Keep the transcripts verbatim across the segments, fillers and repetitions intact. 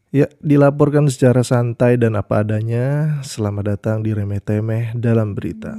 Ya, dilaporkan secara santai dan apa adanya. Selamat datang di Remeh Temeh dalam Berita.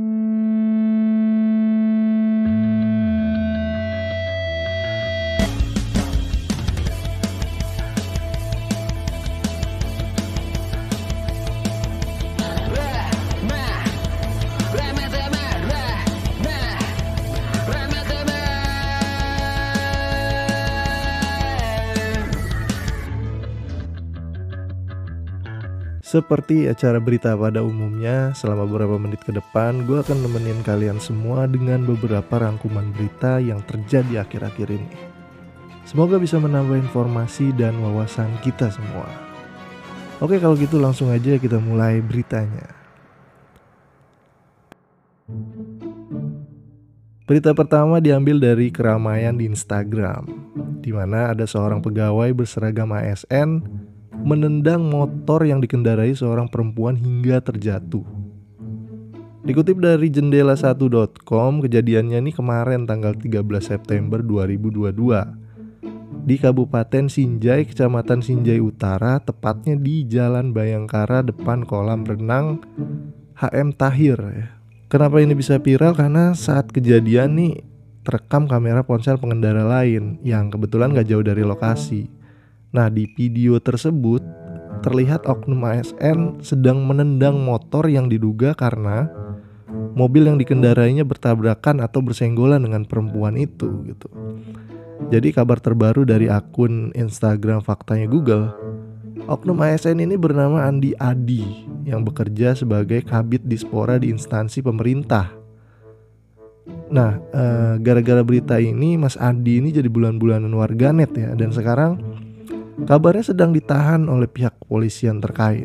Seperti acara berita pada umumnya, selama beberapa menit ke depan, gue akan nemenin kalian semua dengan beberapa rangkuman berita yang terjadi akhir-akhir ini. Semoga bisa menambah informasi dan wawasan kita semua. Oke, kalau gitu langsung aja kita mulai beritanya. Berita pertama diambil dari keramaian di Instagram, di mana ada seorang pegawai berseragam A S N menendang motor yang dikendarai seorang perempuan hingga terjatuh. Dikutip dari jendela satu dot com, kejadiannya ini kemarin tanggal tiga belas September dua ribu dua puluh dua di Kabupaten Sinjai, Kecamatan Sinjai Utara, tepatnya di Jalan Bayangkara depan kolam renang H M Tahir. Kenapa ini bisa viral? Karena saat kejadian nih terekam kamera ponsel pengendara lain yang kebetulan gak jauh dari lokasi. Nah, di video tersebut terlihat oknum A S N sedang menendang motor yang diduga karena mobil yang dikendarainya bertabrakan atau bersenggolan dengan perempuan itu gitu. Jadi kabar terbaru dari akun Instagram Faktanya Google, oknum A S N ini bernama Andi Adi yang bekerja sebagai kabid dispora di instansi pemerintah. Nah, eh, gara-gara berita ini Mas Adi ini jadi bulan-bulanan warganet ya, dan sekarang kabarnya sedang ditahan oleh pihak kepolisian terkait.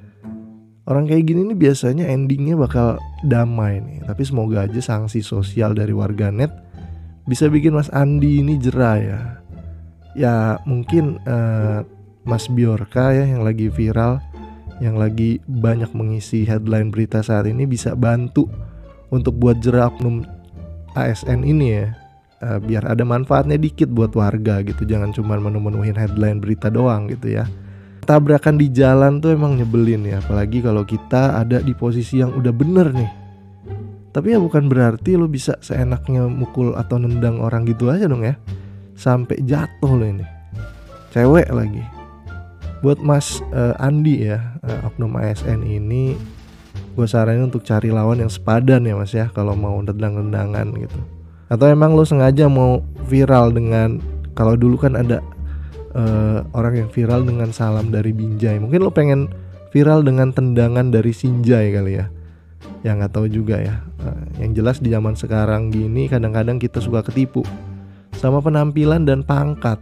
Orang kayak gini nih biasanya endingnya bakal damai nih, tapi semoga aja sanksi sosial dari warganet bisa bikin Mas Andi ini jera ya. Ya mungkin uh, Mas Bjorka ya yang lagi viral, yang lagi banyak mengisi headline berita saat ini bisa bantu untuk buat jera oknum A S N ini ya. Uh, biar ada manfaatnya dikit buat warga gitu. Jangan cuma menu-menuhin headline berita doang gitu ya. Tabrakan di jalan tuh emang nyebelin ya, apalagi kalau kita ada di posisi yang udah bener nih. Tapi ya bukan berarti lo bisa seenaknya mukul atau nendang orang gitu aja dong ya, sampai jatuh lo ini, cewek lagi. Buat Mas uh, Andi ya, uh, oknum A S N ini, gue saranin untuk cari lawan yang sepadan ya Mas ya, kalau mau nendang-nendangan gitu. Atau emang lo sengaja mau viral dengan, kalau dulu kan ada uh, orang yang viral dengan salam dari Binjai, mungkin lo pengen viral dengan tendangan dari Sinjai kali ya. Ya gak tahu juga ya. uh, Yang jelas di zaman sekarang gini kadang-kadang kita suka ketipu sama penampilan dan pangkat.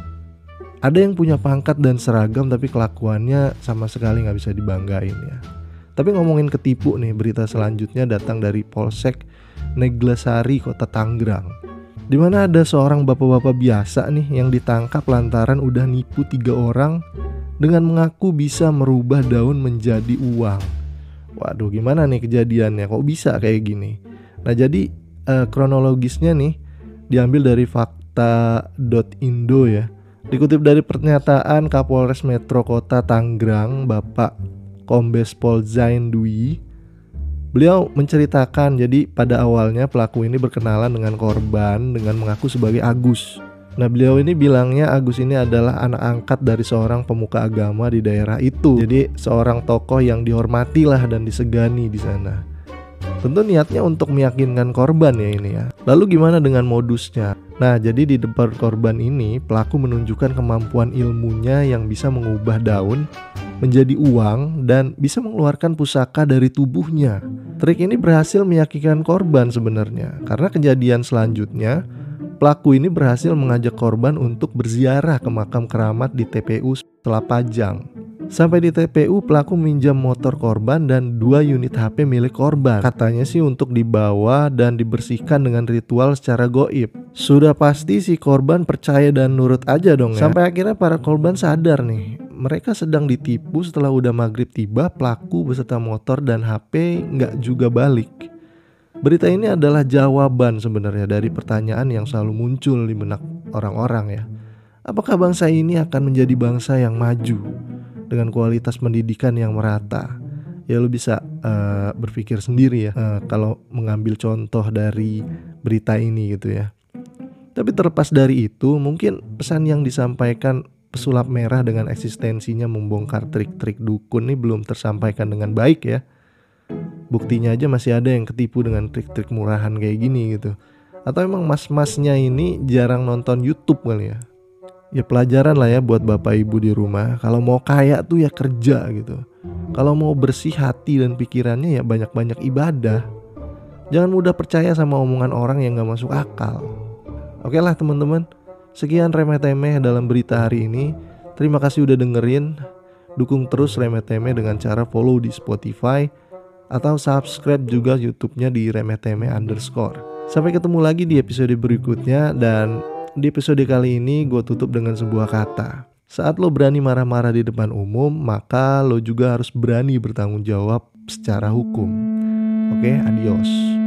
Ada yang punya pangkat dan seragam tapi kelakuannya sama sekali gak bisa dibanggain ya. Tapi ngomongin ketipu nih, berita selanjutnya datang dari Polsek Neglasari, Kota Tangerang, di mana ada seorang bapak-bapak biasa nih yang ditangkap lantaran udah nipu tiga orang dengan mengaku bisa merubah daun menjadi uang. Waduh, gimana nih kejadiannya? Kok bisa kayak gini? Nah, jadi eh, kronologisnya nih diambil dari fakta dot indo ya. Dikutip dari pernyataan Kapolres Metro Kota Tangerang, Bapak Kombes Pol Zain Dwi. Beliau menceritakan, jadi pada awalnya pelaku ini berkenalan dengan korban dengan mengaku sebagai Agus. Nah, beliau ini bilangnya Agus ini adalah anak angkat dari seorang pemuka agama di daerah itu. Jadi seorang tokoh yang dihormati lah dan disegani di sana. Tentu niatnya untuk meyakinkan korban ya ini ya. Lalu gimana dengan modusnya? Nah, jadi di depan korban ini pelaku menunjukkan kemampuan ilmunya yang bisa mengubah daun menjadi uang dan bisa mengeluarkan pusaka dari tubuhnya. Trik ini berhasil meyakinkan korban sebenarnya, karena kejadian selanjutnya pelaku ini berhasil mengajak korban untuk berziarah ke makam keramat di T P U Selapajang. Sampai di T P U, pelaku minjam motor korban dan dua unit H P milik korban. Katanya sih untuk dibawa dan dibersihkan dengan ritual secara goib. Sudah pasti si korban percaya dan nurut aja dong ya. Sampai akhirnya para korban sadar nih, mereka sedang ditipu. Setelah udah maghrib tiba, pelaku beserta motor dan H P nggak juga balik. Berita ini adalah jawaban sebenarnya dari pertanyaan yang selalu muncul di benak orang-orang ya. Apakah bangsa ini akan menjadi bangsa yang maju dengan kualitas pendidikan yang merata? Ya lu bisa uh, berpikir sendiri ya uh, kalau mengambil contoh dari berita ini gitu ya. Tapi terlepas dari itu, mungkin pesan yang disampaikan pesulap merah dengan eksistensinya membongkar trik-trik dukun ini belum tersampaikan dengan baik ya. Buktinya aja masih ada yang ketipu dengan trik-trik murahan kayak gini gitu. Atau emang mas-masnya ini jarang nonton YouTube kali ya. Ya pelajaran lah ya buat bapak ibu di rumah. Kalau mau kaya tuh ya kerja gitu. Kalau mau bersih hati dan pikirannya ya banyak-banyak ibadah. Jangan mudah percaya sama omongan orang yang gak masuk akal. Oke lah teman-teman, sekian Remeh Temeh dalam berita hari ini. Terima kasih udah dengerin. Dukung terus Remeh Temeh dengan cara follow di Spotify atau subscribe juga YouTube-nya di Remeh Temeh underscore. Sampai ketemu lagi di episode berikutnya. Dan di episode kali ini gue tutup dengan sebuah kata. Saat lo berani marah-marah di depan umum, maka lo juga harus berani bertanggung jawab secara hukum. Oke, adios.